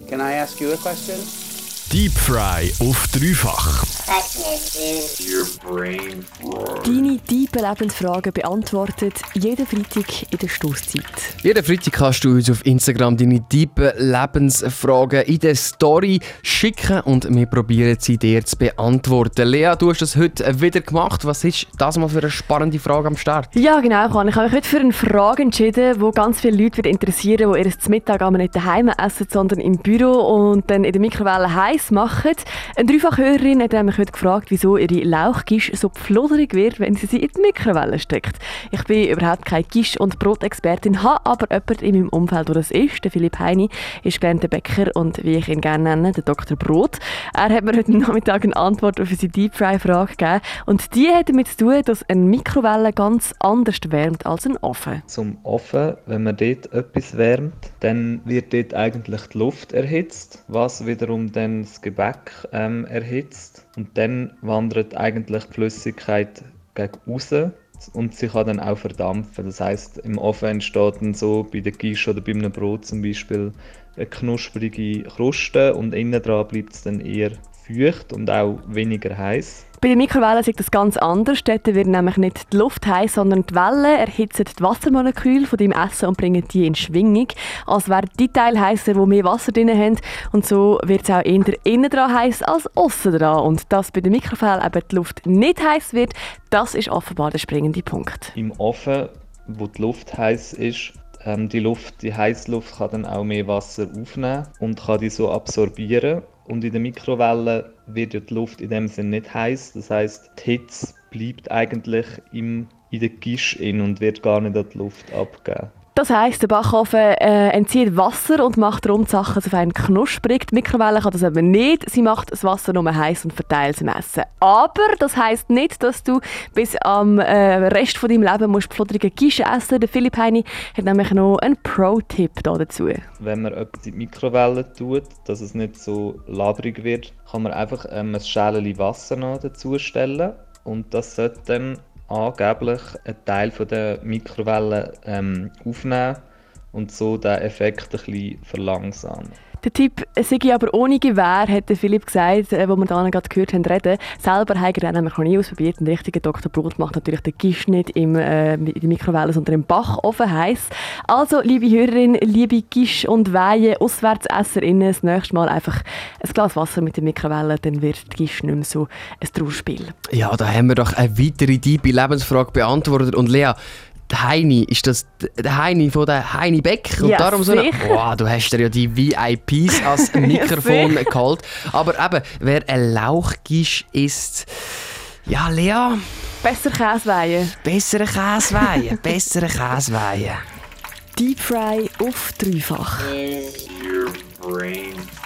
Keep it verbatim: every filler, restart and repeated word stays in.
Can I ask you a question? Deep Fry auf dreifach. Deine tiefen Lebensfragen beantwortet jeden Freitag in der Stosszeit. Jeden Freitag kannst du uns auf Instagram deine tiefen Lebensfragen in der Story schicken und wir probieren sie dir zu beantworten. Lea, du hast das heute wieder gemacht. Was ist das mal für eine spannende Frage am Start? Ja, genau. Ich habe mich heute für eine Frage entschieden, die ganz viele Leute wird interessieren, die ihr Mittag aber nicht daheim essen, sondern im Büro und dann in der Mikrowelle heiß machen. Eine Dreifachhörerin hat mich heute gefragt, wieso ihre Lauchgische so pfloderig wird, wenn sie sie in die Mikrowelle steckt. Ich bin überhaupt keine Gisch- und Brotexpertin, habe aber jemanden in meinem Umfeld, der das ist. Der Philipp Heini ist gelernter Bäcker und, wie ich ihn gerne nenne, der Doktor Brot. Er hat mir heute Nachmittag eine Antwort auf unsere Deep-Fry-Frage gegeben. Und die hat damit zu tun, dass eine Mikrowelle ganz anders wärmt als ein Ofen. Zum Ofen, wenn man dort etwas wärmt, dann wird dort eigentlich die Luft erhitzt, was wiederum dann das Gebäck ähm, erhitzt. Und dann wandert eigentlich die Flüssigkeit gegen außen und sie kann dann auch verdampfen. Das heisst, im Ofen entsteht dann so bei der Quiche oder bei einem Brot zum Beispiel eine knusprige Kruste und innen dran bleibt es dann eher feucht und auch weniger heiß. Bei der Mikrowelle sieht das ganz anders. Dort wird nämlich nicht die Luft heiß, sondern die Wellen erhitzen die Wassermoleküle von deinem Essen und bringen die in Schwingung. Als wären die Teile heißer, die mehr Wasser drin haben. Und so wird es auch eher innen dran heiß als außen dran. Und dass bei der Mikrowelle eben die Luft nicht heiß wird, das ist offenbar der springende Punkt. Im Ofen, wo die Luft heiß ist, ähm, die Luft, die heiße Luft kann dann auch mehr Wasser aufnehmen und kann die so absorbieren. Und in der Mikrowelle wird ja die Luft in dem Sinne nicht heiß. Das heisst, die Hitze bleibt eigentlich im, in der Quiche in und wird gar nicht an die Luft abgegeben. Das heisst, der Backofen äh, entzieht Wasser und macht darum die Sachen so fein knusprig. Die Mikrowelle kann das aber nicht. Sie macht das Wasser nur heiß und verteilt es im Essen. Aber das heisst nicht, dass du bis am äh, Rest von deinem Leben musst pflodrige Quiche essen musst. Der Philipp Heini hat nämlich noch einen Pro-Tipp dazu. Wenn man etwas in die Mikrowelle tut, dass es nicht so labrig wird, kann man einfach ähm, ein Schälchen Wasser noch dazu stellen. Und das sollte dann angeblich einen Teil von der Mikrowelle ähm, aufnehmen und so den Effekt ein bisschen verlangsamen. Der Tipp sei aber ohne Gewehr, hat Philipp gesagt, wo wir da gerade gehört haben, reden. Selber hat er nämlich noch nie ausprobiert. Ein richtiger Doktor Brot macht natürlich den Quiche nicht im, äh, in der Mikrowelle, sondern im Backofen heiß. Also, liebe Hörerinnen, liebe Quiche- und Weihe-AuswärtsesserInnen, das nächste Mal einfach ein Glas Wasser mit der Mikrowelle, dann wird die Quiche nicht mehr so ein Trauerspiel. Ja, da haben wir doch eine weitere tiefe Lebensfrage beantwortet. Und Lea, der Heini, ist das der Heini von der Heini Beck? Und ja, darum so eine, sicher. oh, du hast dir ja die V I Ps als Mikrofon ja, geholt. Aber eben, wer ein Lauchgisch isst, ja, Lea. Besser Käseweihen. Bessere Käseweihen, bessere Käseweihen. Deep Fry auf dreifach. Is your brain